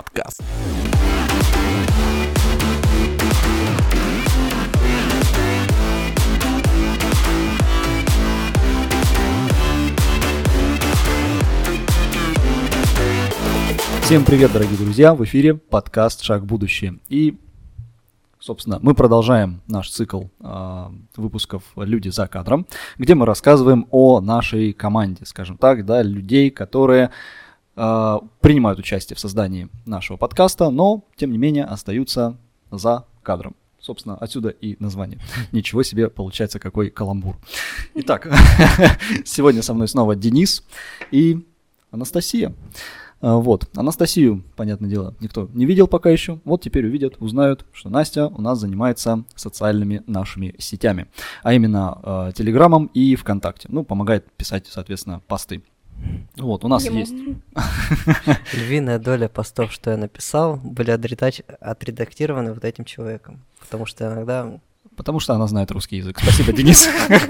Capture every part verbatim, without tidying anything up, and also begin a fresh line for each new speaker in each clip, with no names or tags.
подкаст. Всем привет, дорогие друзья! В эфире подкаст «Шаг в будущее». И, собственно, мы продолжаем наш цикл э, выпусков «Люди за кадром», где мы рассказываем о нашей команде, скажем так, да, людей, которые э, принимают участие в создании нашего подкаста, но, тем не менее, остаются за кадром. Собственно, отсюда и название. Ничего себе, получается, какой каламбур. Итак, сегодня со мной снова Денис и Анастасия. Вот, Анастасию, понятное дело, никто не видел пока еще. Вот теперь увидят, узнают, что Настя у нас занимается социальными нашими сетями, а именно э, Телеграмом и ВКонтакте. Ну, помогает писать, соответственно, посты. Вот, у нас
Ему.
есть...
Львиная доля постов, что я написал, были отредач- отредактированы вот этим человеком. Потому что иногда...
Потому что она знает русский язык. Спасибо, Денис.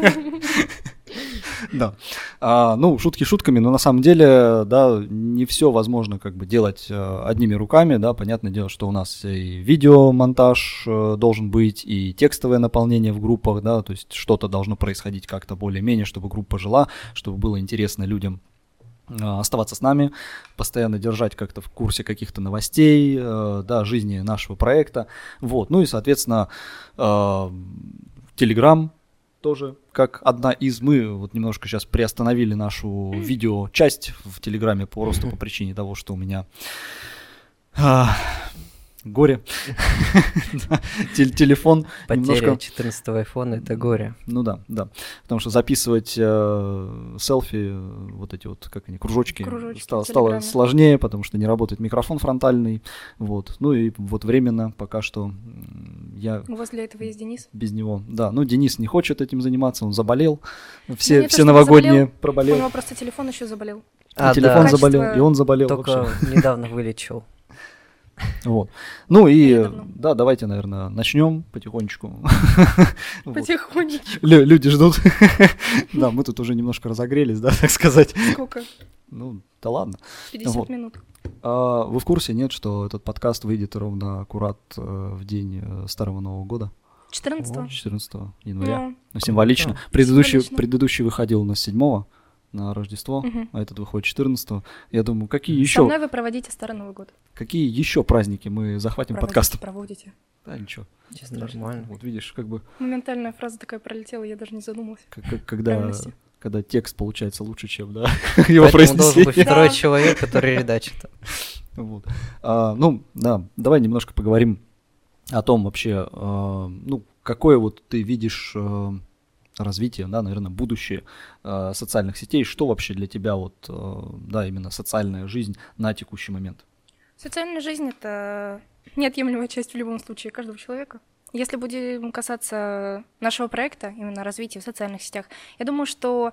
Да. А, ну, шутки шутками, но на самом деле, да, не все возможно как бы делать а, одними руками, да, понятное дело, что у нас и видеомонтаж а, должен быть, и текстовое наполнение в группах, да, то есть что-то должно происходить как-то более-менее, чтобы группа жила, чтобы было интересно людям а, оставаться с нами, постоянно держать как-то в курсе каких-то новостей, а, да, жизни нашего проекта, вот, ну и, соответственно, а, Telegram тоже как одна из, мы вот немножко сейчас приостановили нашу видеочасть в Телеграме просто по причине того, что у меня а, горе, телефон
Потеря четырнадцатого айфона — это горе.
Ну да, да, потому что записывать э, селфи, вот эти вот, как они, кружочки,
Кружочки
стало,
в
стало
Телеграме.
сложнее, потому что не работает микрофон фронтальный, вот, ну и вот временно пока что м, я
Возле этого есть Денис.
без него, да, ну Денис не хочет этим заниматься, он заболел, все,
Ну, не то,
все
что
новогодние
заболел, У
проболел,
него просто телефон еще заболел.
и
А,
телефон
да,
заболел,
Качество
и он заболел
только
вообще.
недавно вылечил.
Вот. Ну и,
Недавно.
да, давайте, наверное, начнем потихонечку. Вот.
Потихонечку.
Лю- Люди ждут. Да, мы тут уже немножко разогрелись, да, так сказать.
Сколько?
Ну, да ладно.
пятьдесят
Вот.
минут.
А вы в курсе, нет, что этот подкаст выйдет ровно аккурат э, в день э, Старого Нового года,
четырнадцатого.
четырнадцатого января?
Ну,
Ну, символично.
Да.
Предыдущий,
Символично.
предыдущий выходил у нас седьмого на Рождество,
Мгм.
а этот выходит четырнадцатого. Я думаю, какие
Со
еще,
мной вы проводите Старый Новый год.
какие еще праздники мы захватим
Проводите,
подкастом?
проводите.
Да, ничего.
Честно, нормально.
Вот видишь, как бы,
Моментальная фраза такая пролетела, я даже не задумалась.
как- как- когда,
Правильности.
когда текст получается лучше, чем, да, его
Поэтому должен быть
произнесение.
второй
Да.
человек, который редачит.
Вот. А, ну, да, давай немножко поговорим о том вообще, а, ну, какое вот ты видишь а, развитие, да, наверное, будущее а, социальных сетей, что вообще для тебя вот, а, да, именно социальная жизнь на текущий момент?
Социальная жизнь — это неотъемлемая часть в любом случае каждого человека. Если будем касаться нашего проекта, именно развития в социальных сетях, я думаю, что...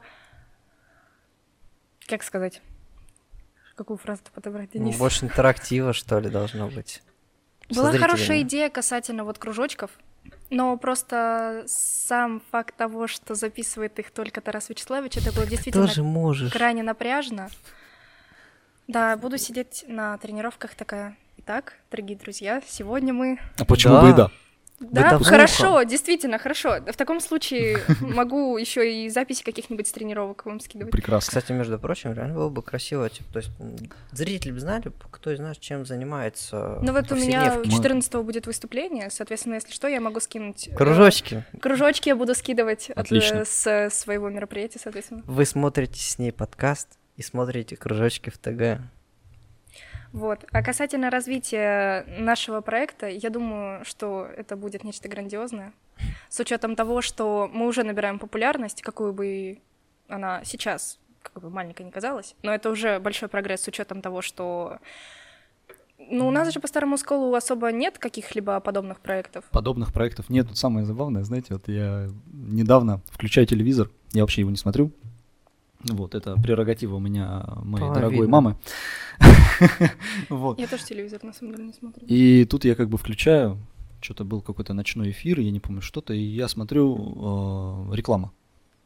Как сказать? Какую фразу-то подобрать,
Ну,
Денис?
больше интерактива, что ли, должно быть.
Была
Со
хорошая
зрителями.
идея касательно вот кружочков, но просто сам факт того, что записывает их только Тарас Вячеславович, это было действительно
Тоже можешь.
крайне напряжно. Да, буду сидеть на тренировках такая. Итак, дорогие друзья, сегодня мы...
А почему
Да.
бы и да?
Да,
допустим.
хорошо, действительно, хорошо. В таком случае могу еще и записи каких-нибудь с тренировок вам скидывать.
Прекрасно.
Кстати, между прочим, реально было бы красиво, типа, то есть м, зрители бы знали, кто из нас чем занимается.
Ну вот
в
у меня
повседневке.
четырнадцатого будет выступление, соответственно, если что, я могу скинуть... э,
Кружочки.
Кружочки я буду скидывать от,
Отлично.
э, с своего мероприятия, соответственно.
Вы смотрите с ней подкаст и смотрите кружочки в ТГ.
Вот. А касательно развития нашего проекта, я думаю, что это будет нечто грандиозное. С учетом того, что мы уже набираем популярность, какую бы она сейчас, как бы маленькая не казалась, но это уже большой прогресс с учетом того, что... Ну, у нас же по Старому Сколу особо нет каких-либо подобных проектов.
Подобных проектов нет. Тут самое забавное, знаете, вот я недавно включаю телевизор, я вообще его не смотрю. Вот, это прерогатива у меня, моей
А,
дорогой
видно.
мамы. Вот.
Я тоже телевизор на самом деле не смотрю.
И тут я как бы включаю, что-то был какой-то ночной эфир, я не помню что-то, и я смотрю э, реклама.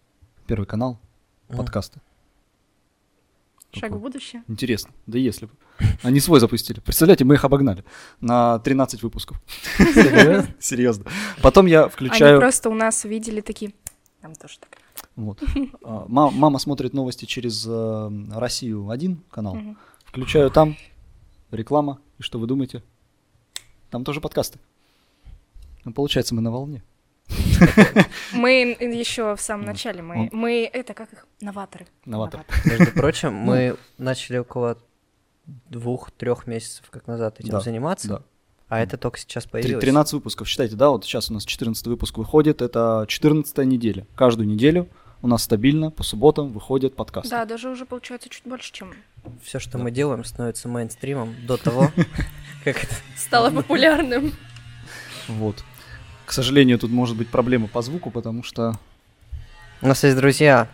Первый канал,
Мгм.
подкасты.
Шаг в
Такой.
будущее.
Интересно, да если бы. Они свой запустили. Представляете, мы их обогнали на тринадцать выпусков.
Серьезно?
Серьезно. Потом я включаю...
Они просто у нас видели такие... Нам тоже так.
Вот. А, ма- Мама смотрит новости через э, Россию один канал.
Мгм.
Включаю там, реклама. И что вы думаете? Там тоже подкасты. Ну, получается, мы на волне.
Мы еще в самом начале, мы,
Он-
мы это как их, новаторы.
Новатор.
Между прочим, мы начали около двух-трех месяцев как назад этим
Да,
заниматься,
Да.
а это только сейчас
Три-
появилось.
тринадцать выпусков. Считайте, да, вот сейчас у нас четырнадцатый выпуск выходит. Это четырнадцатая неделя. Каждую неделю у нас стабильно по субботам выходят подкасты.
Да, даже уже получается чуть больше, чем
Все, что
Да.
мы делаем, становится мейнстримом до того, как это...
стало популярным.
Вот. К сожалению, тут может быть проблема по звуку, потому что
У нас есть друзья.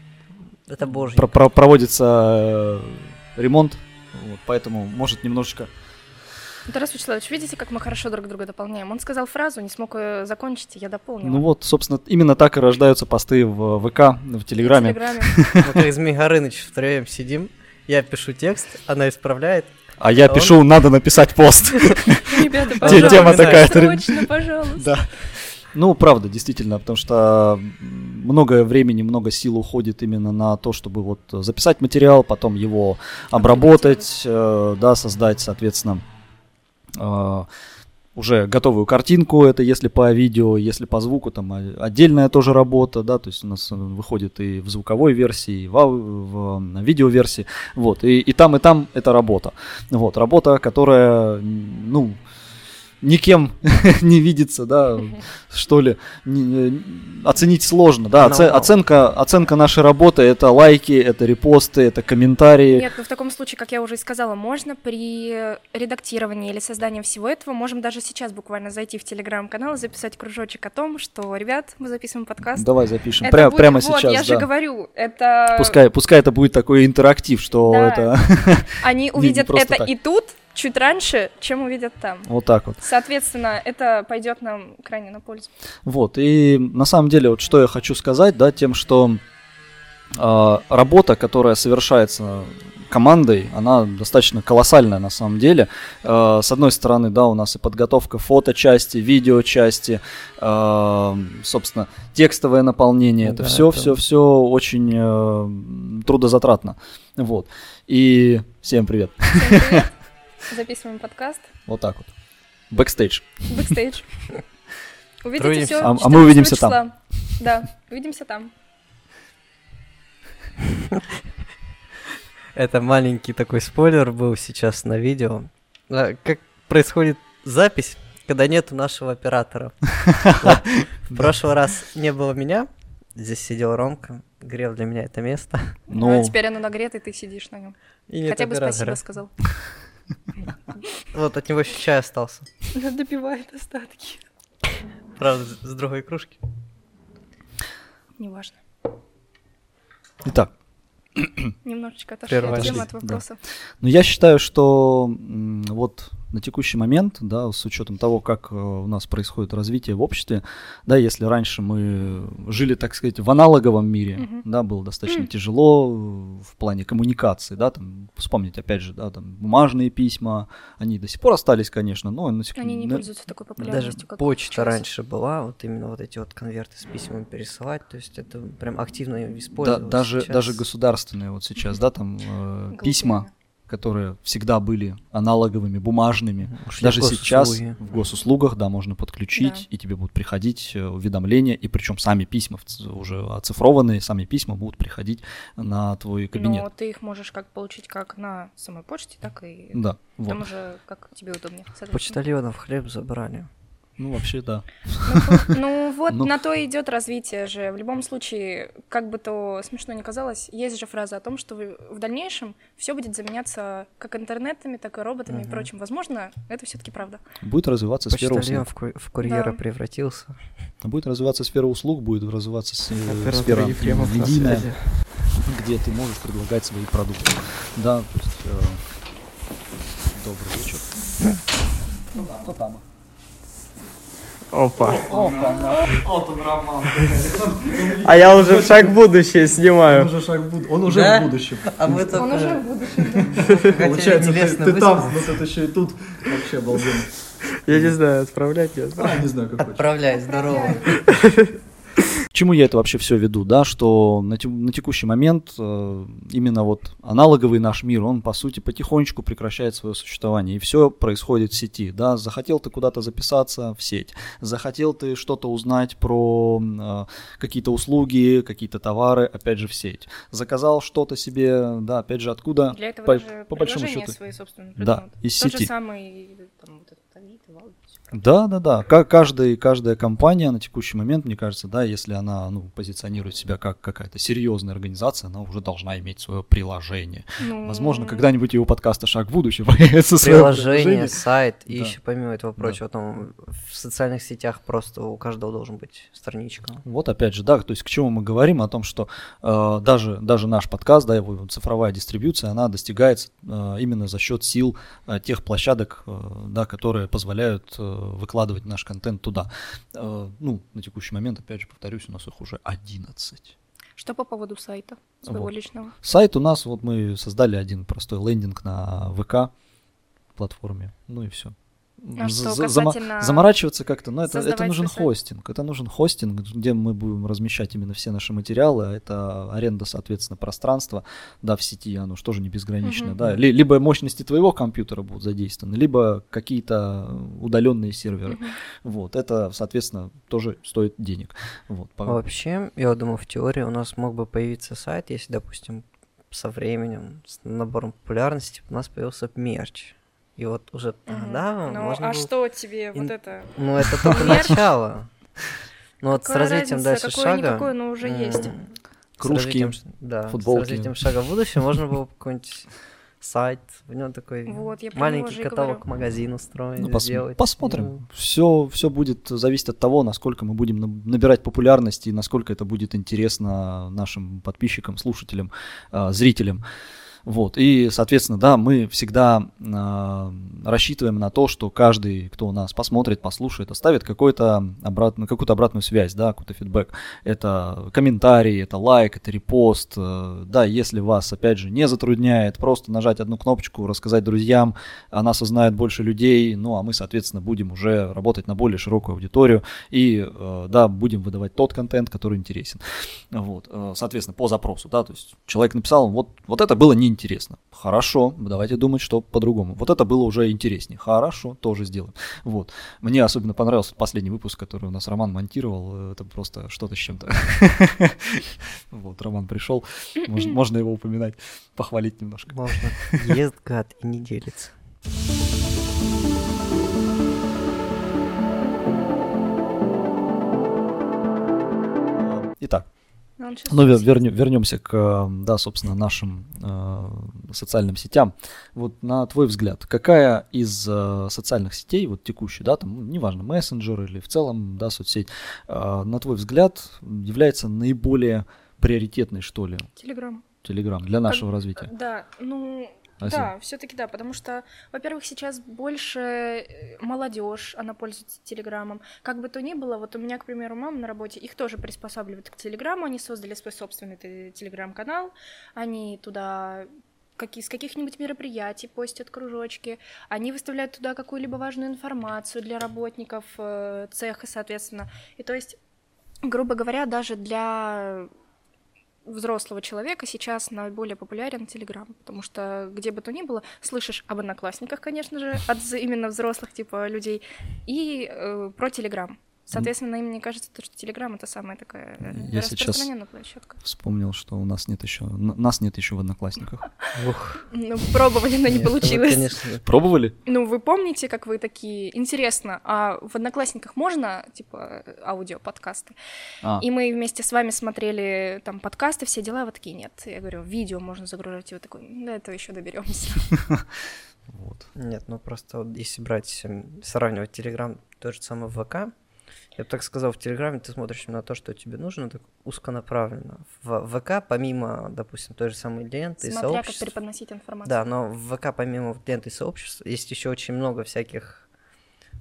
Это божьи.
про- про- проводится э, ремонт, вот, поэтому может немножечко...
Тарас Вячеславович, видите, как мы хорошо друг друга дополняем? Он сказал фразу, не смог ее закончить, я дополнила.
Ну вот, собственно, именно так и рождаются посты в ВК, в
В
Телеграме.
Телеграме.
Мы как Змей Горыныч втроем сидим, я пишу текст, она исправляет.
А я
А он-
пишу, надо написать пост.
Ребята,
Те-
пожалуйста,
тема такая.
срочно, пожалуйста.
Да. Ну, правда, действительно, потому что много времени, много сил уходит именно на то, чтобы вот записать материал, потом его обработать, э, да, создать, соответственно, э, уже готовую картинку, это если по видео, если по звуку, там о- отдельная тоже работа, да, то есть у нас э, выходит и в звуковой версии, и в, ау- в, э, видеоверсии, вот, и, и там, и там это работа, вот, работа, которая, м, ну, никем не видится, да, что ли, не- не- оценить сложно, да, оце-
Но-
оценка, оценка нашей работы — это лайки, это репосты, это комментарии.
Нет, ну в таком случае, как я уже и сказала, можно при редактировании или создании всего этого, можем даже сейчас буквально зайти в телеграм-канал и записать кружочек о том, что, ребят, мы записываем подкаст.
Давай запишем,
Это
Пря-
будет-
прямо
вот,
сейчас,
я
да.
же говорю, это...
Пускай, пускай это будет такой интерактив, что
Да.
это
Они
не
увидят
просто
это
так.
и тут чуть раньше, чем увидят там.
вот так вот.
Соответственно, это пойдет нам крайне на пользу.
Вот, и на самом деле, вот что я хочу сказать, да, тем, что э, работа, которая совершается командой, она достаточно колоссальная на самом деле. Э, с одной стороны, да, у нас и подготовка фоточасти, видеочасти, э, собственно, текстовое наполнение, это
Да,
все,
это-
все, все очень э, трудозатратно. Вот. И всем привет.
Всем привет. Записываем подкаст.
Вот так вот. Бэкстейдж.
Бэкстейдж. Увидите
Трудимся.
все.
А- а мы увидимся там.
Да, увидимся там.
Это маленький такой спойлер был сейчас на видео. А, Как происходит запись, когда нету нашего оператора. Вот. В прошлый раз не было меня, здесь сидел Ромка, грел для меня это место.
Ну,
А теперь оно нагрето, и ты сидишь на нем.
И нет
Хотя бы
оператора.
спасибо сказал.
Вот от него еще чай остался.
Добивает остатки.
Правда, с с другой кружки.
Неважно.
итак,
Немножечко отошли от
Прервались.
темы, от
Да.
вопросов.
ну я считаю, что м, вот на текущий момент, да, с учетом того, как э, у нас происходит развитие в обществе, да, если раньше мы жили, так сказать, в аналоговом мире,
Мгм.
да, было достаточно
М.
тяжело э, в плане коммуникации, да, там, вспомнить, опять же, да, там, бумажные письма, они до сих пор остались, конечно, но на сек-
Они не
на-
пользуются такой
Даже
популярностью, как
почта
сейчас.
раньше была, вот именно вот эти вот конверты с письмами пересылать, то есть это прям активно
да,
использовалось.
даже,
Сейчас
даже государственные вот сейчас, да, там, э,
Глупые.
письма, которые всегда были аналоговыми, бумажными.
ушли
Даже
в
сейчас
госуслуги.
в госуслугах, да, можно подключить,
Да.
и тебе будут приходить э, уведомления, и причем сами письма в ц- уже оцифрованные, сами письма будут приходить на твой кабинет.
Но ты их можешь как получить как на самой почте, так и
Да, вот.
там уже как тебе удобнее. соответственно.
Почтальонов хлеб забрали.
Ну, вообще, да.
Ну, ну вот
Ну.
на то и идет развитие же. В любом случае, как бы то смешно ни казалось, есть же фраза о том, что в в дальнейшем все будет заменяться как интернетами, так и роботами и
Мгм.
прочим. Возможно, это все-таки правда.
Будет развиваться сфера
Почтальон
услуг.
в, ку- в курьера
Да.
превратился.
Будет развиваться сфера услуг, будет развиваться с- э,
Оператор
сфера
Ефремов на
медийная,
связи.
где ты можешь предлагать свои продукты. Да, то есть... э, Добрый вечер. Ну да, кто там?
Опа.
Вот он, Роман.
А я уже в шаг в будущее снимаю.
уже шаг в будущее. Он уже
Да?
в будущем.
А мы
Он
только
уже в будущем.
хотели
Получается, ты,
телесно
ты там,
высказаться.
но тут еще и тут. Вообще обалденно.
Я не знаю, отправлять нет.
А, не знаю, как хочешь.
Отправляй, здорово.
К чему я это вообще все веду, да, что на, те- на текущий момент э, именно вот аналоговый наш мир, он по сути потихонечку прекращает свое существование, и все происходит в сети, да, захотел ты куда-то записаться в сеть, захотел ты что-то узнать про э, какие-то услуги, какие-то товары, опять же в сеть, заказал что-то себе, да, опять же откуда,
Для этого
по,
даже
по большому
приложения
счету.
свои собственные
Да,
придумают.
из
Тот
сети.
же самый, там, вот этот Авито, Валберес, всё прочее.
Да, да, да. Ка- Каждый, каждая компания на текущий момент, мне кажется, да, если она ну, позиционирует себя как какая-то серьезная организация, она уже должна иметь свое приложение.
Ну,
Возможно, когда-нибудь его подкаста «Шаг в будущее» появится свое
Приложение,
приложение.
сайт, и
Да.
еще помимо этого прочего, там в социальных сетях просто у каждого должен быть страничка.
Вот опять же, да, то есть к чему мы говорим, о том, что э, даже, даже наш подкаст, да, его цифровая дистрибьюция, она достигается э, именно за счет сил э, тех площадок, э, да, которые позволяют э, выкладывать наш контент туда. Э, ну, на текущий момент, опять же, повторюсь, у нас их уже одиннадцать.
Что по поводу сайта своего
Вот.
личного?
Сайт у нас, вот мы создали один простой лендинг на ВК платформе, ну и все.
А что касательно
Заморачиваться как-то, но это, это
создавать
нужен
свой сайт?
хостинг. Это нужен хостинг, где мы будем размещать именно все наши материалы. а Это аренда, соответственно, пространства, да, в сети, оно же тоже не безграничное,
Мгм.
да. Ли- Либо мощности твоего компьютера будут задействованы, либо какие-то удаленные серверы.
Мгм.
Вот, это, соответственно, тоже стоит денег. Вот, по-
Вообще, я думаю, в теории у нас мог бы появиться сайт, если, допустим, со временем, с набором популярности у нас появился мерч. И вот уже
Мгм.
тогда
Ну,
можно
а
было-
что тебе
ин-
вот это?
Ну, это только
Мерч?
начало. Но вот с
Какая
развитием
разница,
дальше
какое
шага...
никакое, но уже
м,
есть.
с
Кружки,
развитием ш- да,
футболки.
с развитием шага в будущее можно было бы какой-нибудь сайт, в нем такой
Вот, я про него
маленький
же и
каталог
говорю.
магазин устроить,
Ну, пос-
сделать.
посмотрим.
Ну,
Все, все будет зависеть от того, насколько мы будем наб- набирать популярность и насколько это будет интересно нашим подписчикам, слушателям, а, зрителям. Вот. И, соответственно, да, мы всегда а, рассчитываем на то, что каждый, кто нас посмотрит, послушает, оставит какой-то обратную, какую-то обратную связь, да, какой-то фидбэк. Это комментарий, это лайк, это репост. э, Да, если вас, опять же, не затрудняет просто нажать одну кнопочку, рассказать друзьям, о нас узнает больше людей, ну, а мы, соответственно, будем уже работать на более широкую аудиторию и, э, да, будем выдавать тот контент, который интересен. Вот, э, соответственно, по запросу, да, то есть человек написал, вот, вот это было неинтересно. Хорошо, давайте думать, что по-другому. Вот это было уже интереснее. Хорошо, тоже сделаем. Вот. Мне особенно понравился последний выпуск, который у нас Роман монтировал. Это просто что-то с чем-то. Вот, Роман пришел. Можно, можно его упоминать, похвалить немножко.
можно. Ест гад и не делится.
Итак,
Ну, он щас
ну, вер-
щас-
вернё- вернемся к, э, да, собственно, нашим э, социальным сетям. Вот на твой взгляд, какая из э, социальных сетей, вот текущей, да, там, ну, неважно, мессенджер или в целом, да, соцсеть, э, на твой взгляд, является наиболее приоритетной, что ли,
Телеграм.
Телеграм для нашего развития?
Да, ну,
А
да, все-таки да, потому что, во-первых, сейчас больше молодежь, она пользуется Телеграмом. Как бы то ни было, вот у меня, к примеру, мама на работе, их тоже приспосабливают к Телеграму, они создали свой собственный те- Телеграм-канал, они туда какие, с каких-нибудь мероприятий постят кружочки, они выставляют туда какую-либо важную информацию для работников э, цеха, соответственно. И то есть, грубо говоря, даже для взрослого человека сейчас наиболее популярен Телеграм, потому что где бы то ни было, слышишь об одноклассниках, конечно же, от з- именно взрослых типа людей, и э, про Телеграм. Соответственно, им мне кажется, то, что Телеграм это самая такая э,
Я сейчас-
распространенная площадка.
Вспомнил, что у нас нет еще, н- нас нет еще в Одноклассниках.
Ух,
Ну, пробовали, но не
нет, это вы,
получилось.
конечно,
Пробовали?
Ну, вы помните, как вы такие... Интересно, а в Одноклассниках можно, типа, аудиоподкасты?
А,
И мы вместе с вами смотрели там подкасты, все дела, вы такие, нет. Я говорю, видео можно загружать, и вы такой, до этого еще доберемся.
вот.
Нет, ну просто вот если брать, м, сравнивать Телеграм, то же самое ВК, я бы так сказал, в Телеграме ты смотришь на то, что тебе нужно, так узконаправленно. В ВК, помимо, допустим, той же самой ленты и
Смотря как
сообществ...
преподносить информацию.
Да, но в ВК помимо вот ленты и сообществ есть еще очень много всяких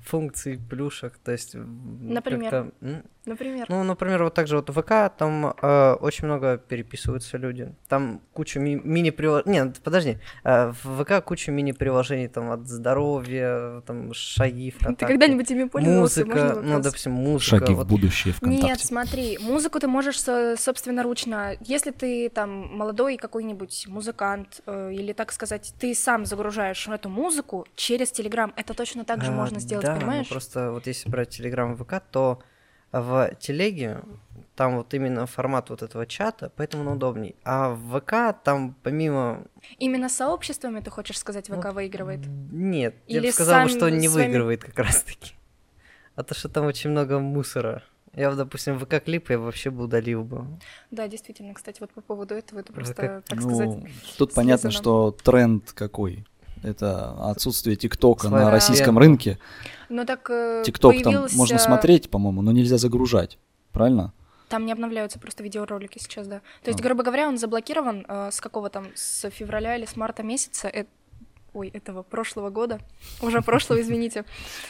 функций, плюшек, то есть...
Например?
как-то, м,
Например.
Ну, например, вот так же вот в ВК, там э, очень много переписываются люди. Там куча ми- мини-приложений... Нет, подожди. Э, в ВК куча мини-приложений там от здоровья, там шаги,
Ты
ВКонтакте.
когда-нибудь ими пользовался? Можно
Музыка, ну,
вопрос?
допустим, музыка.
Шаги в
вот.
будущее ВКонтакте.
Нет, смотри, музыку ты можешь со- собственноручно, если ты там молодой какой-нибудь музыкант, э, или, так сказать, ты сам загружаешь эту музыку через Телеграм, это точно так же
А,
можно сделать,
да,
понимаешь?
ну просто вот если брать Телеграм и ВК, то в Телеге там вот именно формат вот этого чата, поэтому он удобней. А в ВК там помимо...
Именно сообществами, ты хочешь сказать, ВК
Ну,
выигрывает?
Нет, я
Или
бы сказал,
сам-
что не
своими-
выигрывает как раз-таки. А то, что там очень много мусора. Я, вот, допустим, ВК-клип я вообще бы удалил бы.
Да, действительно, кстати, вот по поводу этого, это просто,
как-
так
Ну,
сказать...
тут понятно,
слезано.
что тренд какой. Это отсутствие ТикТока на
Своя
российском
лента.
рынке.
Ну так э,
ТикТок там
появился-
можно смотреть, по-моему, но нельзя загружать. Правильно?
Там не обновляются просто видеоролики сейчас, да. То есть,
А.
грубо говоря, он заблокирован э, с какого там, с февраля или с марта месяца, э- ой, этого прошлого года, уже прошлого, извините.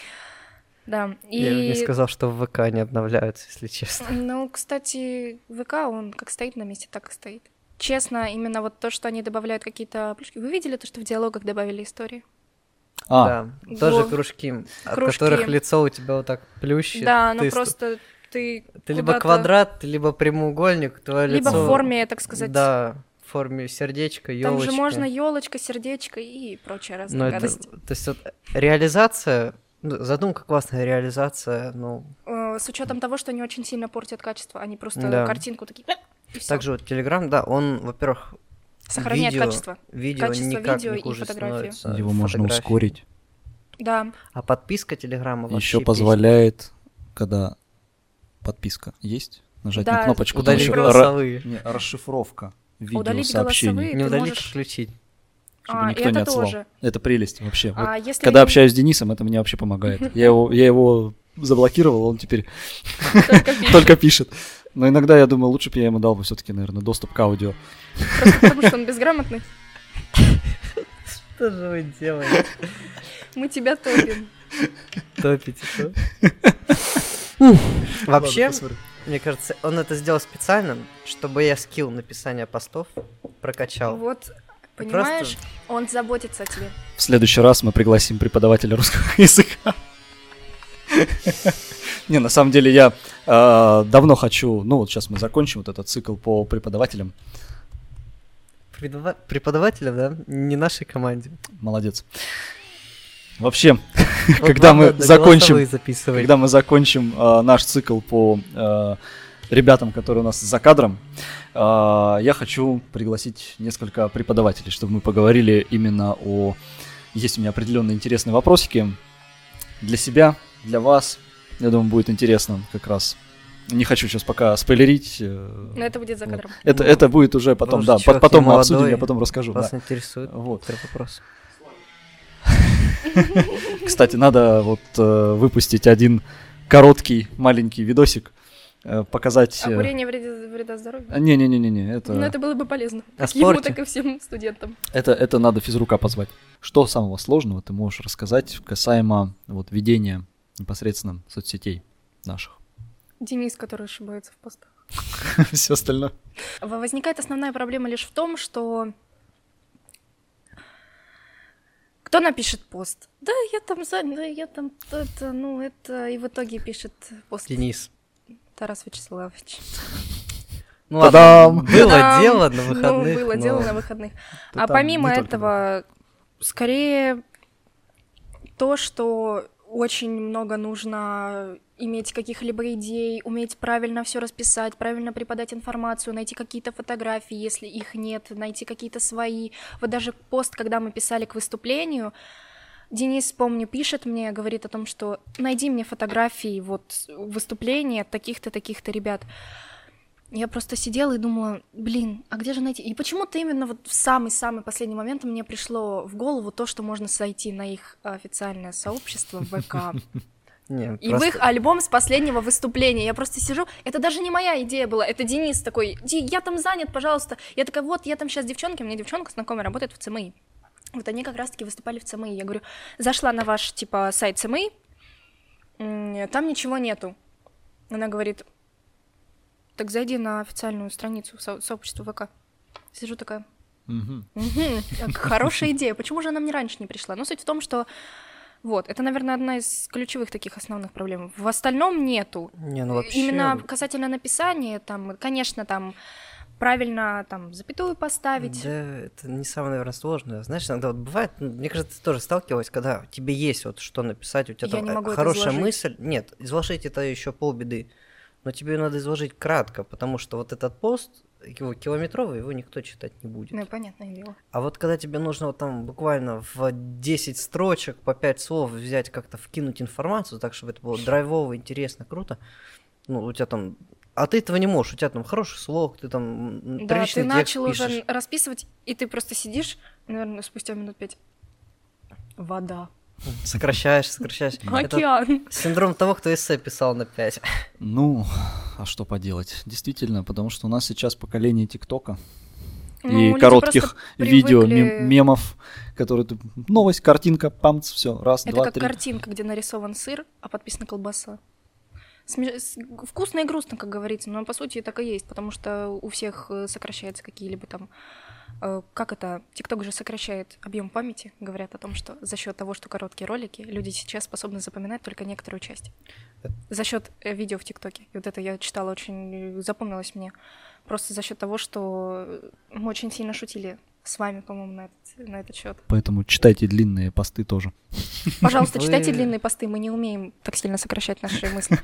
Да, и...
Я бы не сказал, что в ВК не обновляются, если честно.
Ну, кстати, ВК, он как стоит на месте, так и стоит. Честно, именно вот то, что они добавляют какие-то плюшки. Вы видели то, что в диалогах добавили истории?
А,
Да, тоже
Во.
кружки, от
Кружки.
которых лицо у тебя вот так плющит.
Да, ну
Ты ст-
просто ты
Ты либо
куда-то-
квадрат, ты либо прямоугольник, твое
либо
лицо...
в форме, так сказать.
Да, в форме сердечка,
Там
елочки.
же можно елочка, сердечко и прочая разная
Но это,
гадость.
то есть вот реализация, ну, задумка классная, реализация, ну,
Э, С учетом того, что они очень сильно портят качество, они просто
Да.
картинку такие... «Э», и всё.
также вот Телеграм, да, он, во-первых,
Сохраняет
видео,
качество.
видео
Качество
никак
видео
не
и
хуже
фотографии.
становится
его можно
фотографии.
ускорить.
Да.
А подписка Телеграма вообще
Еще
песня.
позволяет, когда подписка есть, нажать
Да,
на кнопочку, там
удалить
еще
просто-
голосовые.
не, расшифровка
Удалить
видеосообщений.
голосовые.
Не
ты
удалить,
можешь-
включить.
Чтобы
А, и
никто не
это
отсылал.
тоже.
Это прелесть вообще. Вот
А если
когда
они-
общаюсь с Денисом, это мне вообще помогает. Я его, я его заблокировал, он теперь
Только пишет.
только пишет. Но иногда я думаю, лучше бы я ему дал бы все-таки, наверное, доступ к аудио.
Просто потому, что он безграмотный.
Что же вы делаете?
Мы тебя топим.
Топите, что? Вообще,
Ладно, посмотрим.
мне кажется, он это сделал специально, чтобы я скилл написания постов прокачал.
Вот, понимаешь, он заботится о тебе.
В следующий раз мы пригласим преподавателя русского языка. Не, на самом деле я э, давно хочу, ну вот сейчас мы закончим вот этот цикл по преподавателям.
Преподава- Преподавателя, да? Не нашей команде.
Молодец. Вообще,
Вот
когда
ладно,
мы
да,
закончим,
голосовые записывай.
когда мы закончим э, наш цикл по э, ребятам, которые у нас за кадром, э, я хочу пригласить несколько преподавателей, чтобы мы поговорили именно о... Есть у меня определенные интересные вопросики для себя, для вас. Я думаю, будет интересно как раз. Не хочу сейчас пока спойлерить. э,
Но это будет за
вот.
кадром.
Это,
Ну,
это будет уже потом,
же
да,
человек
по- потом
не
мы обсудим,
молодой.
я потом расскажу.
Вас
да.
интересует
Вот.
этот вопрос.
Кстати, надо вот э, выпустить один короткий маленький видосик, э, показать... э,
А курение вреда, вреда здоровью?
Не-не-не-не, это,
Ну, это было бы полезно.
О
Как ему,
спорте.
так и всем студентам.
это, это надо физрука позвать. Что самого сложного ты можешь рассказать касаемо вот, ведения непосредственно соцсетей наших?
Денис, который ошибается в постах.
Все остальное.
В- Возникает основная проблема лишь в том, что кто напишет пост? Да, я там занят, да, я там это, ну это, и в итоге пишет пост
Денис.
Тарас Вячеславович.
Ну
Та-дам!
ладно, было
Та-дам!
дело на выходных.
Ну, было
но-
дело на выходных.
Да
А
там
помимо
не только
этого, скорее то, что очень много нужно иметь каких-либо идей, уметь правильно все расписать, правильно преподать информацию, найти какие-то фотографии, если их нет, найти какие-то свои. Вот даже пост, когда мы писали к выступлению, Денис, помню, пишет мне, говорит о том, что найди мне фотографии вот выступления от таких-то, таких-то ребят. Я просто сидела и думала, блин, а где же найти? И почему-то именно вот в самый-самый последний момент мне пришло в голову то, что можно сойти на их официальное сообщество в ВК.
Не,
И
просто-
в их альбом с последнего выступления. Я просто сижу, это даже не моя идея была, это Денис такой, Ди, я там занят, пожалуйста. Я такая, вот, я там сейчас девчонки, у меня девчонка знакомая работает в ЦМИ. Вот они как раз-таки выступали в ЦМИ. Я говорю, зашла на ваш, типа, сайт ЦМИ, М, Там ничего нету. Она говорит, так зайди на официальную страницу со- сообщества ВК. Сижу такая,
Мгм.
«Мгм, так, хорошая идея, почему же она мне раньше не пришла? Но суть в том, что вот, это, наверное, одна из ключевых таких основных проблем. В остальном нету.
Не, ну вообще...
Именно касательно написания, там, конечно, там правильно там запятую поставить.
Да, это не самое, наверное, сложное. Знаешь, иногда вот бывает, ну, мне кажется, ты тоже сталкивалась, когда тебе есть вот что написать, у тебя
Я
там
не
э,
могу это
хорошая
изложить.
мысль. Нет, изложить это еще полбеды. Но тебе надо изложить кратко, потому что вот этот пост, его километровый, его никто читать не будет.
Ну, понятное дело.
А вот когда тебе нужно вот там буквально в десять строчек по пять слов взять, как-то вкинуть информацию, так, чтобы это было драйвово, интересно, круто, ну, у тебя там... А ты этого не можешь, у тебя там хороший слог, ты там м,
Да,
приличный
ты
текст
начал
пишешь.
уже расписывать, и ты просто сидишь, наверное, спустя минут пять. Вода.
Сокращаешь, сокращаешь. Это
Океан.
синдром того, кто эссе писал на пять.
Ну, а что поделать? Действительно, потому что у нас сейчас поколение ТикТока
Ну,
и
люди
коротких
просто
видео,
привыкли-
мем- мемов, которые... ты- Новость, картинка, памц, все, раз,
Это
два,
как
три.
картинка, где нарисован сыр, а подписана колбаса. Сме- с- Вкусно и грустно, как говорится, но по сути так и есть, потому что у всех э, сокращаются какие-либо там... э, Как это? ТикТок же сокращает объем памяти. Говорят о том, что за счет того, что короткие ролики, люди сейчас способны запоминать только некоторую часть. За счет э, видео в ТикТоке. И вот это я читала очень, запомнилось мне. Просто за счет того, что мы очень сильно шутили с вами, по-моему, на этот, на этот счет.
Поэтому читайте длинные посты тоже.
Пожалуйста,
Вы-
читайте длинные посты, мы не умеем так сильно сокращать наши мысли.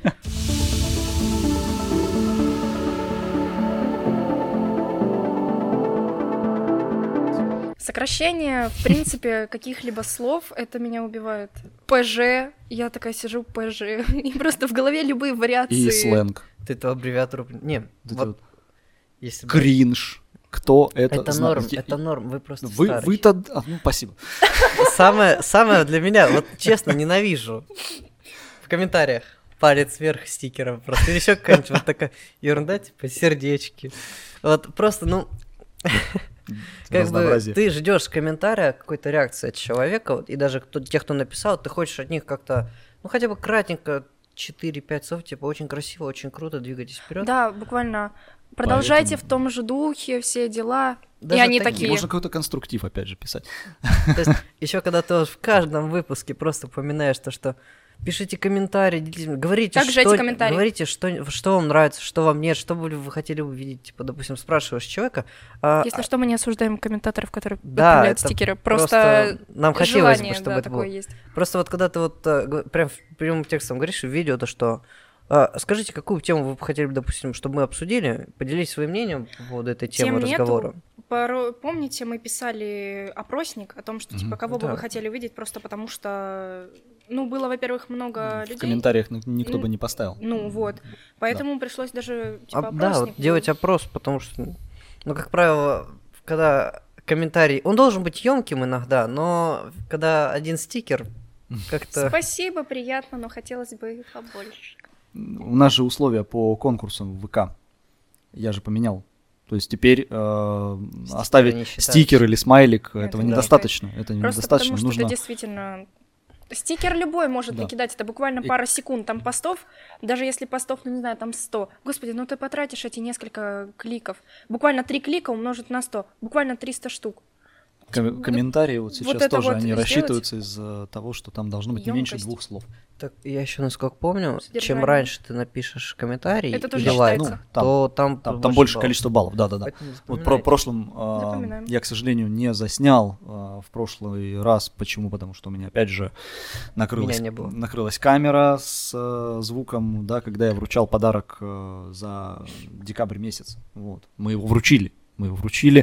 Сокращение, в принципе, каких-либо слов, это меня убивает. ПЖ, я такая сижу, ПЖ, и просто в голове любые вариации.
И сленг.
Ты эту аббревиатуру... Не,
Вот эти
вот
вот
если бы-
кринж. Кто это
Это
знает?
норм,
Я-
это норм, вы просто
Вы,
старый.
вы-то... а, ну, спасибо.
Самое, самое для меня, вот честно, ненавижу в комментариях палец вверх стикером просто. Или еще какая-нибудь вот такая ерунда, типа сердечки. Вот просто, ну, как бы
Разнообразие.
ты ждешь комментария, какой-то реакции от человека, вот, и даже кто, тех, кто написал, ты хочешь от них как-то, ну, хотя бы кратенько, четыре-пять слов, типа, очень красиво, очень круто, двигайтесь вперед.
Да, буквально. Продолжайте
Поэтому-
в том же духе, все дела.
Даже
и они
такие.
такие.
Можно какой-то конструктив, опять же, писать.
То есть еще когда ты вот в каждом выпуске просто упоминаешь то, что пишите комментарии, делитесь, говорите,
Как же
что,
эти комментарии?
говорите, что, что вам нравится, что вам нет, что бы вы хотели увидеть. Типа, допустим, спрашиваешь человека. а-
Если что, мы не осуждаем комментаторов, которые
Да,
отправляют
это
стикеры.
просто
Просто,
нам хотелось
желание,
бы, чтобы
да,
это было.
такое есть.
Просто вот когда ты вот э, г- прям в прямым текстом говоришь в видео, то что а, скажите, какую тему вы бы хотели, бы, допустим, чтобы мы обсудили, поделитесь своим мнением по поводу этой темы
Тем
разговора.
нету. Поро- Помните, мы писали опросник о том, что, типа,
Мгм.
кого бы
Да.
вы хотели увидеть, просто потому что, ну, было, во-первых, много
В
людей.
комментариях н- никто
Ну,
бы не поставил.
Ну, вот. Поэтому пришлось даже, типа,
А, да,
опросник
вот делать
делать.
опрос, потому что, ну, как правило, когда комментарий, он должен быть емким иногда, но когда один стикер как-то...
Спасибо, приятно, но хотелось бы побольше.
У нас же условия по конкурсам в ВК. Я же поменял. То есть теперь э, оставить
не считаются.
стикер или смайлик,
Это
этого
не
недостаточно. Это
Просто
недостаточно.
потому что
Нужно...
это действительно... Стикер любой может
Да.
накидать, это буквально
И-
пара секунд там постов, даже если постов, ну не знаю, там сто. Господи, ну ты потратишь эти несколько кликов. Буквально три клика умножить на сто, буквально триста штук.
Ком- комментарии вот сейчас
это
тоже
вот
они
сделать.
рассчитываются из-за того, что там должно быть не меньше
Ёмкость.
двух слов.
Так, я еще, насколько помню, чем
Содержание.
раньше ты напишешь комментарий
Это тоже
или лайк,
считается.
Ну, там-
то там,
Там, там больше количество баллов, да-да-да.
Поэтому
Вот про
запоминайте.
прошлым а,
Запоминаем.
я, к сожалению, не заснял а, в прошлый раз. Почему? Потому что у меня опять же накрылась,
Меня не было.
накрылась камера с а, звуком, да, когда я вручал подарок а, за декабрь месяц. Вот. Мы его вручили. Мы его вручили.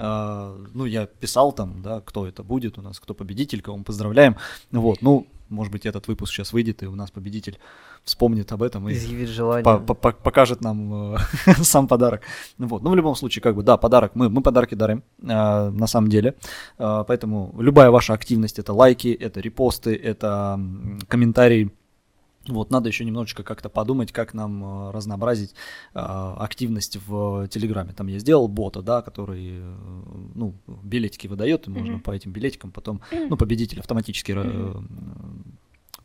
а, ну, я писал там, да, кто это будет у нас, кто победитель, кого мы поздравляем. Вот. Ну, может быть, этот выпуск сейчас выйдет, и у нас победитель вспомнит об этом и
Изъявить желание.
по- по- по- покажет нам э, сам подарок. Ну вот. Ну, в любом случае, как бы, да, подарок, мы, мы подарки дарим, э, на самом деле. Э, поэтому любая ваша активность — это лайки, это репосты, это м, комментарии. Вот, надо еще немножечко как-то подумать, как нам э, разнообразить э, активность в Телеграме. Там я сделал бота, да, который, э, ну, билетики выдает, и можно
Мгм.
по этим билетикам потом, ну, победитель автоматически э,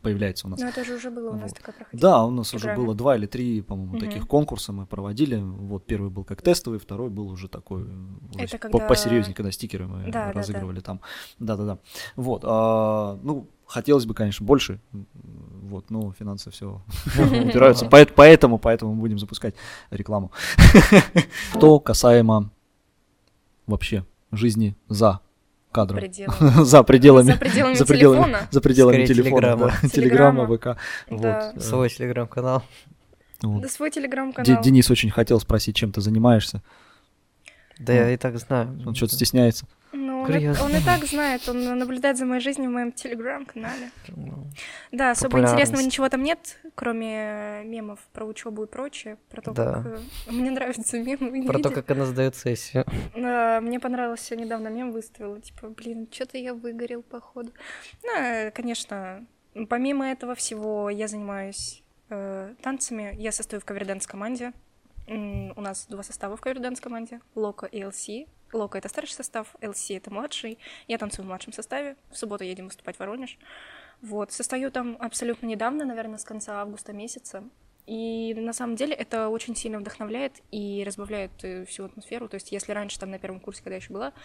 появляется у нас.
Ну, это же уже было у нас
Вот.
такое проходило.
Да, у нас уже
Программе.
было два или три, по-моему,
Мгм.
таких конкурса мы проводили. Вот первый был как тестовый, второй был уже такой уже
Это
по-
когда-
посерьезнее, когда стикеры мы
Да, да, да.
разыгрывали там. Да-да-да. Вот. а, ну, хотелось бы, конечно, больше. Вот, но финансы все упираются. Поэт- Поэтому, поэтому мы будем запускать рекламу. Что касаемо вообще жизни за кадром.
Пределы.
За пределами.
За пределами
за пределами,
телефона.
за пределами
Скорее,
телефона,
телеграмма.
да. Телеграмма,
Телеграмма.
ВК.
Да.
Вот, э,
Свой телеграм-канал.
вот.
Да свой
Де-
телеграм-канал.
Денис очень хотел спросить, чем ты занимаешься.
Да я и так знаю.
Он что-то стесняется.
Ну, он,
Курьез.
и- он и так знает, он наблюдает за моей жизнью в моем телеграм-канале.
Ну,
Да, особо
Популярность.
интересного ничего там нет, кроме мемов про учебу и прочее. Про то,
Да.
как... э, Мне нравятся мемы, вы не
Про то,
видели?
как она сдает сессию.
Да, мне понравился недавно мем выставила, типа, блин, что-то я выгорел, походу. Ну, э, конечно, помимо этого всего я занимаюсь э, танцами, я состою в каверденс-команде. М, У нас два состава в каверденс-команде, Лока и эл си. Лока — это старший состав, эл си — это младший. Я танцую в младшем составе, в субботу едем выступать в Воронеж. Вот, состою там абсолютно недавно, наверное, с конца августа месяца. И на самом деле это очень сильно вдохновляет и разбавляет э, всю атмосферу. То есть если раньше там на первом курсе, когда я еще была,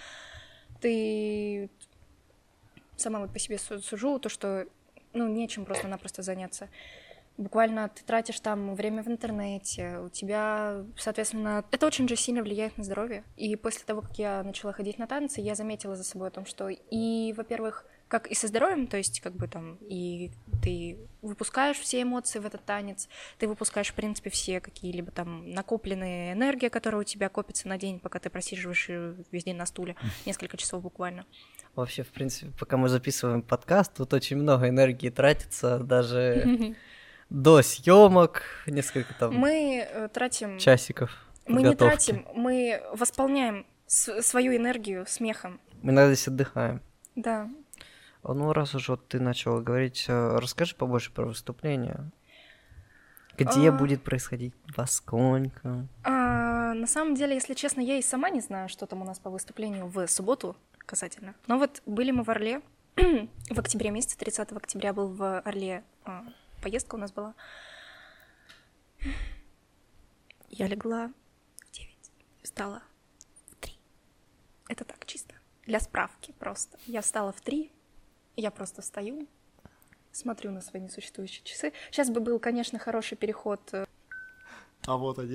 ты сама вот по себе су- сужу, то что, ну, нечем просто-напросто заняться. Буквально ты тратишь там время в интернете, у тебя, соответственно, это очень же сильно влияет на здоровье. И после того, как я начала ходить на танцы, я заметила за собой о том, что и, во-первых, как и со здоровьем, то есть как бы там и ты выпускаешь все эмоции в этот танец, ты выпускаешь, в принципе, все какие-либо там накопленные энергии, которые у тебя копятся на день, пока ты просиживаешь э, весь день на стуле, несколько часов буквально.
Вообще, в принципе, пока мы записываем подкаст, тут очень много энергии тратится, даже до съемок, несколько там
Мы э, тратим...
часиков.
Мы не
подготовки.
тратим, мы восполняем с- свою энергию смехом.
Мы иногда здесь отдыхаем.
Да.
А, Ну, раз уж вот ты начала говорить, э, расскажи побольше про выступление. Где
А.
будет происходить, во сколько?
А, на самом деле, если честно, я и сама не знаю, что там у нас по выступлению в субботу касательно. Но вот были мы в Орле в октябре месяце, тридцатого октября был в Орле, а, поездка у нас была. Я легла в девять, встала в три. Это так, чисто. Для справки просто. Я встала в три, я просто встаю, смотрю на свои несуществующие часы. Сейчас бы был, конечно, хороший переход. э,
А вот они.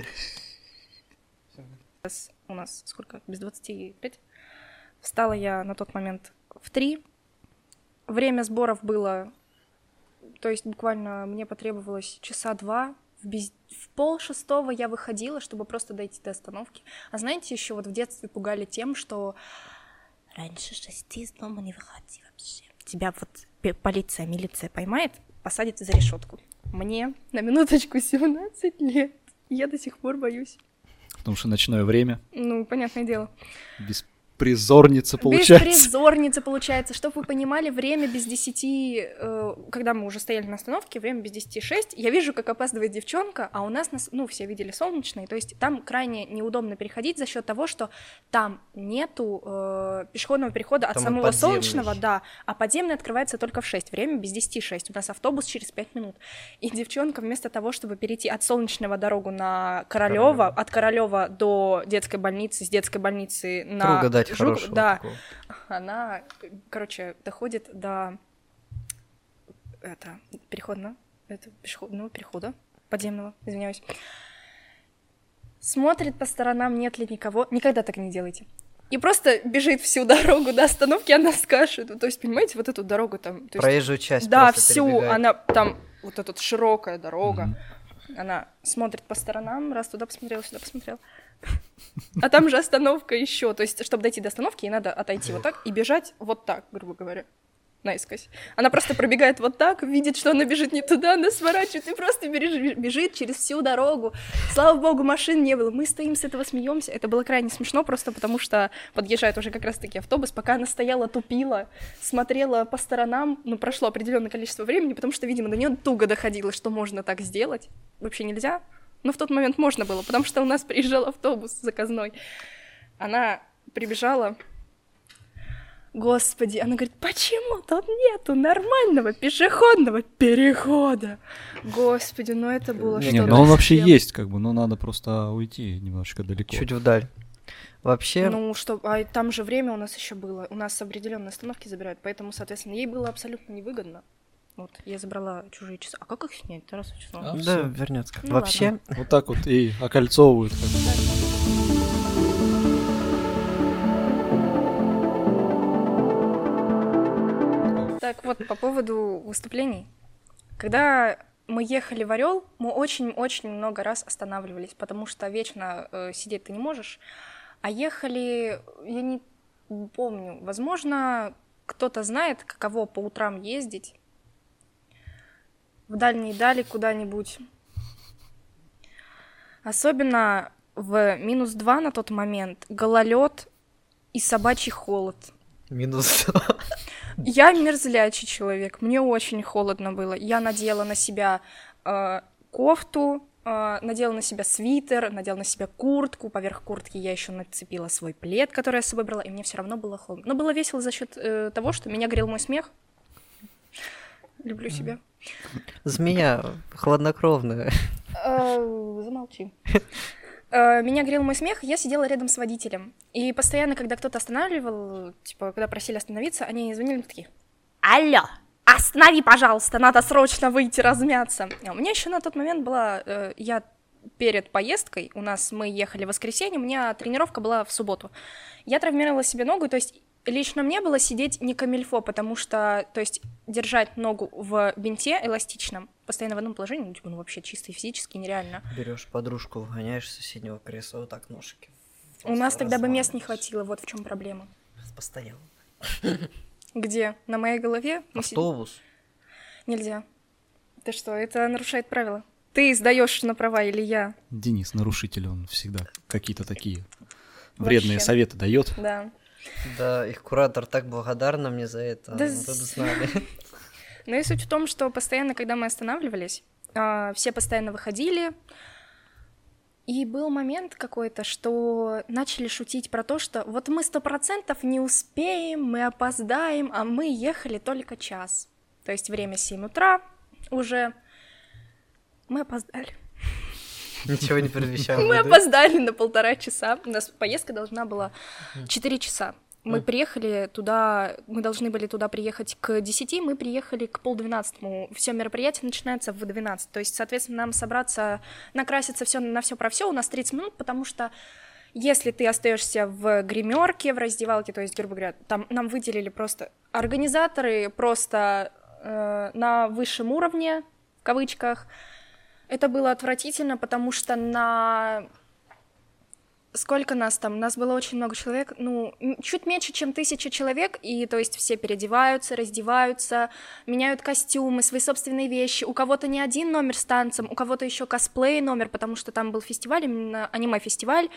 Сейчас у нас сколько? Без двадцати пяти. Встала я на тот момент в три. Время сборов было... То есть буквально мне потребовалось часа два. В, без... в пол шестого я выходила, чтобы просто дойти до остановки. А знаете, еще вот в детстве пугали тем, что раньше шести из дома не выходи вообще. Тебя вот пе- полиция, милиция поймает, посадит за решетку. Мне на минуточку семнадцать лет. Я до сих пор боюсь.
Потому что ночное время.
Ну, понятное дело.
Беспризорница получается.
Беспризорница получается. Чтобы вы понимали, время без десяти, э, когда мы уже стояли на остановке, время без десяти шесть, я вижу, как опаздывает девчонка, а у нас, нас, ну, все видели солнечный, то есть там крайне неудобно переходить за счет того, что там нету э, пешеходного перехода от
Там он
самого
подземный.
солнечного, да, а подземный открывается только в шесть, время без десяти шесть, у нас автобус через пять минут. И девчонка вместо того, чтобы перейти от солнечного дорогу на Королёва,
Королёва.
от Королёва до детской больницы, с детской больницы на
Круга дать
Жук-
хорошего
да,
такого.
она, короче, доходит до это, переходного, это, пешеходного перехода, подземного, извиняюсь. Смотрит по сторонам, нет ли никого. Никогда так не делайте. И просто бежит всю дорогу до остановки, она скажет. То есть, понимаете, вот эту дорогу там... то есть-
Проезжую часть
да,
просто
всю,
перебегает.
она там, вот эта вот широкая дорога.
Мгм.
Она смотрит по сторонам, раз туда посмотрела, сюда посмотрела. А там же остановка еще. То есть, чтобы дойти до остановки, ей надо отойти вот так и бежать вот так, грубо говоря, наискось. Она просто пробегает вот так, видит, что она бежит не туда, она сворачивает и просто бежит, бежит через всю дорогу. Слава богу, машин не было. Мы стоим с этого, смеемся. Это было крайне смешно, просто потому что подъезжает уже как раз-таки автобус. Пока она стояла, тупила, смотрела по сторонам, ну, прошло определенное количество времени, потому что, видимо, до нее туго доходило, что можно так сделать. Вообще нельзя. Но в тот момент можно было, потому что у нас приезжал автобус заказной. Она прибежала, Господи, она говорит, почему тут нету нормального пешеходного перехода? Господи, ну это было
Не,
что-то.
Не, ну он вообще
совсем.
есть, как бы, но надо просто уйти немножечко далеко.
Чуть вдаль. Вообще,
Ну что, а там же время у нас еще было. У нас определенные остановки забирают, поэтому, соответственно, ей было абсолютно невыгодно. Вот, я забрала чужие часы. А как их снять? Тарас Вячеславович?
А,
да,
всё.
вернется.
Ну
Вообще,
Вот так вот и окольцовывают. как бы.
Так вот, по поводу выступлений. Когда мы ехали в Орел, мы очень-очень много раз останавливались, потому что вечно э, сидеть ты не можешь. А ехали, я не помню, возможно, кто-то знает, каково по утрам ездить в дальние дали куда-нибудь. Особенно в минус два на тот момент, гололед и собачий холод.
минус.
Я мерзлячий человек, мне очень холодно было. Я надела на себя э, кофту, э, надела на себя свитер, надела на себя куртку. Поверх куртки я еще нацепила свой плед, который я с собой брала, и мне все равно было холодно. Но было весело за счет э, того, что меня грел мой смех. Люблю себя.
Змея хладнокровная.
Э, Замолчи. Э, Меня грел мой смех, я сидела рядом с водителем. И постоянно, когда кто-то останавливал, типа, когда просили остановиться, они звонили такие: «Алло, останови, пожалуйста, надо срочно выйти размяться». А у меня еще на тот момент была, э, я перед поездкой, у нас мы ехали в воскресенье, у меня тренировка была в субботу. Я травмировала себе ногу, то есть лично мне было сидеть не камильфо, потому что, то есть держать ногу в бинте эластичном, постоянно в одном положении, ну, типа, ну вообще чисто и физически нереально.
Берешь подружку, выгоняешь с соседнего кресла, вот так ножки.
У нас тогда бы мест не
размазываешь.
хватило, вот в чем проблема.
Постоял.
Где? На моей голове? Мы сидим-
Автобус.
Нельзя. Ты что, это нарушает правила. Ты сдаешь на права или я?
Денис, нарушитель, он всегда какие-то такие вредные
Вообще.
советы дает.
Да.
Да, их куратор так благодарна мне за это.
Да
вы
с-
бы знали.
Ну и суть в том, что постоянно, когда мы останавливались, а, все постоянно выходили, и был момент какой-то, что начали шутить про то, что вот мы сто процентов не успеем, мы опоздаем, а мы ехали только час. То есть время семь утра уже. Мы опоздали.
Ничего не предвещало.
Мы
беды.
опоздали на полтора часа. У нас поездка должна была четыре часа. Мы приехали туда, мы должны были туда приехать к десяти, мы приехали к полдвенадцатому. Все мероприятие начинается в двенадцать. То есть, соответственно, нам собраться, накраситься все на все про все у нас тридцать минут, потому что если ты остаешься в гримерке, в раздевалке, то есть, грубо говоря, там нам выделили просто организаторы просто э, на высшем уровне, в кавычках. Это было отвратительно, потому что на... Сколько нас там? Нас было очень много человек, ну, м- чуть меньше, чем тысяча человек, и, то есть, все переодеваются, раздеваются, меняют костюмы, свои собственные вещи. У кого-то не один номер с танцем, у кого-то еще косплей номер, потому что там был фестиваль, именно аниме-фестиваль.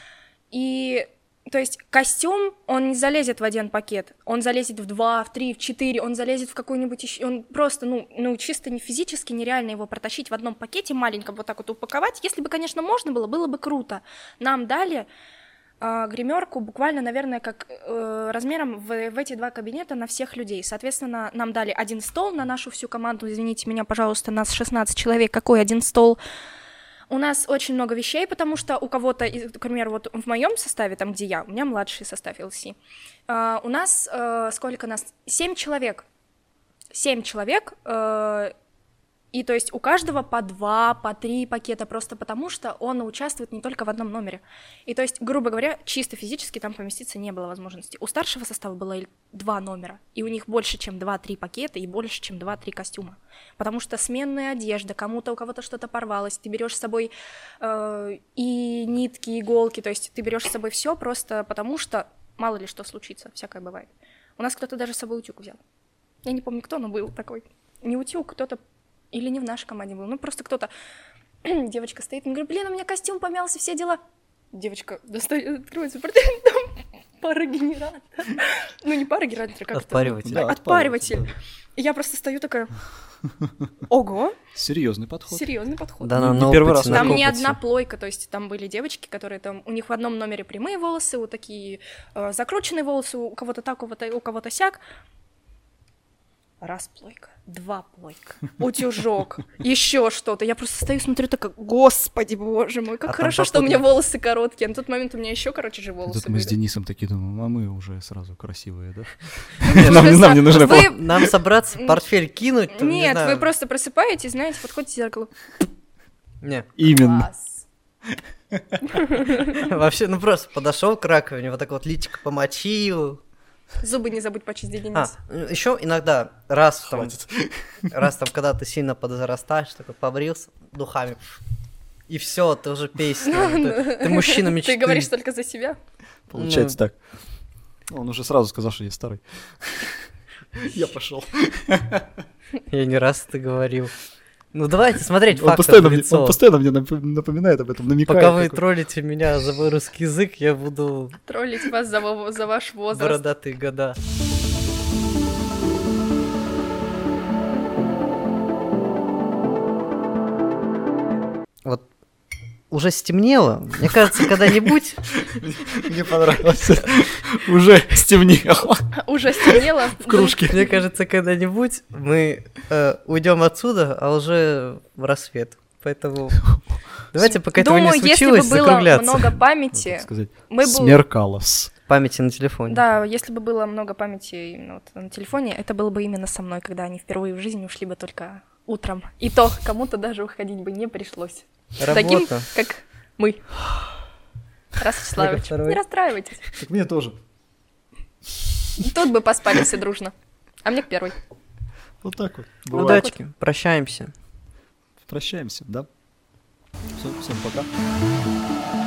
И, то есть, костюм, он не залезет в один пакет, он залезет в два, в три, в четыре, он залезет в какой-нибудь еще, он просто, ну, ну, чисто не физически нереально его протащить в одном пакете маленьком, вот так вот упаковать. Если бы, конечно, можно было, было бы круто. Нам дали э, гримерку буквально, наверное, как э, размером в, в эти два кабинета на всех людей. Соответственно, нам дали один стол на нашу всю команду, извините меня, пожалуйста, нас шестнадцать человек, какой один стол? У нас очень много вещей, потому что у кого-то, из- к примеру, вот в моем составе, там, где я, у меня младший состав эл си, а, у нас, э, сколько нас? Семь человек. Семь человек, э, и то есть у каждого по два, по три пакета, просто потому что он участвует не только в одном номере. И то есть, грубо говоря, чисто физически там поместиться не было возможности. У старшего состава было и два номера, и у них больше, чем два-три пакета, и больше, чем два-три костюма. Потому что сменная одежда, кому-то у кого-то что-то порвалось, ты берешь с собой э, и нитки, иголки, то есть ты берешь с собой все просто потому что мало ли что случится, всякое бывает. У нас кто-то даже с собой утюг взял. Я не помню, кто, но был такой. Не утюг, кто-то, или не в нашей команде был, ну просто кто-то, девочка стоит, и говорит, блин, у меня костюм помялся, все дела. Девочка достает, открывает свой портфель, там парогенератор. Ну, не парогенератор, как
Отпариватель.
это?
Да,
Отпариватель.
отпариватель,
И я просто стою такая, ого,
Серьезный подход.
серьезный подход.
Да,
Не-
на
не
на
первый
опыте,
раз
на
Там не
опыте.
одна плойка, то есть там были девочки, которые там, у них в одном номере прямые волосы, вот такие э, закрученные волосы, у кого-то так, у кого-то, у кого-то сяк. Раз плойка, два плойка, утюжок, еще что-то. Я просто стою, смотрю, такая, господи, боже мой, как
А там
хорошо, что у меня
попутно-
волосы короткие. На тот момент у меня еще короче же волосы
Тут мы с
были.
Денисом такие думаем, а мы уже сразу красивые, да?
Вы
Нам не
просто-
нам не нужно
вы-
Нам собраться, портфель кинуть, там, не
Нет,
знаю.
вы просто просыпаетесь, знаете, подходите к зеркалу.
Не,
Именно.
Класс.
вообще, ну просто подошел к раковине, вот так вот личико помочил.
Зубы не забудь почистить,
А,
Денис.
еще иногда, раз там,
Хватит.
раз там, когда ты сильно подзарастаешь, такой побрился духами, и все, ты уже песня, ты, ты мужчина мечты.
Ты говоришь только за себя.
Получается так. Он уже сразу сказал, что я старый. Я пошел.
Я не раз это говорил. Ну давайте смотреть
Он
факты
постоянно,
в
мне,
лицо.
он постоянно мне нап- напоминает об этом, намекает.
Пока вы
такой.
троллите меня за мой русский язык, я буду
Троллить вас за, во- за ваш возраст.
бородатые года. Вот уже стемнело. Мне кажется, когда-нибудь
Мне понравилось. Уже стемнело
Уже стемнело.
в кружке.
Мне кажется, когда-нибудь мы э, уйдем отсюда, а уже в рассвет. Поэтому давайте, пока этого
Думаю,
не
если
случилось,
бы было
закругляться.
много памяти,
Так сказать,
мы бы...
смеркалось.
Памяти на телефоне.
Да, если бы было много памяти именно вот на телефоне, это было бы именно со мной, когда они впервые в жизни ушли бы только утром. И то кому-то даже уходить бы не пришлось. Таким,
Работа.
как мы. Раз Вячеславович,
второй.
не расстраивайтесь.
Так мне тоже.
Тут бы поспали все дружно. А мне к первой.
Вот так вот. Бывает.
Удачки, прощаемся.
Прощаемся, да? Всё, всем пока.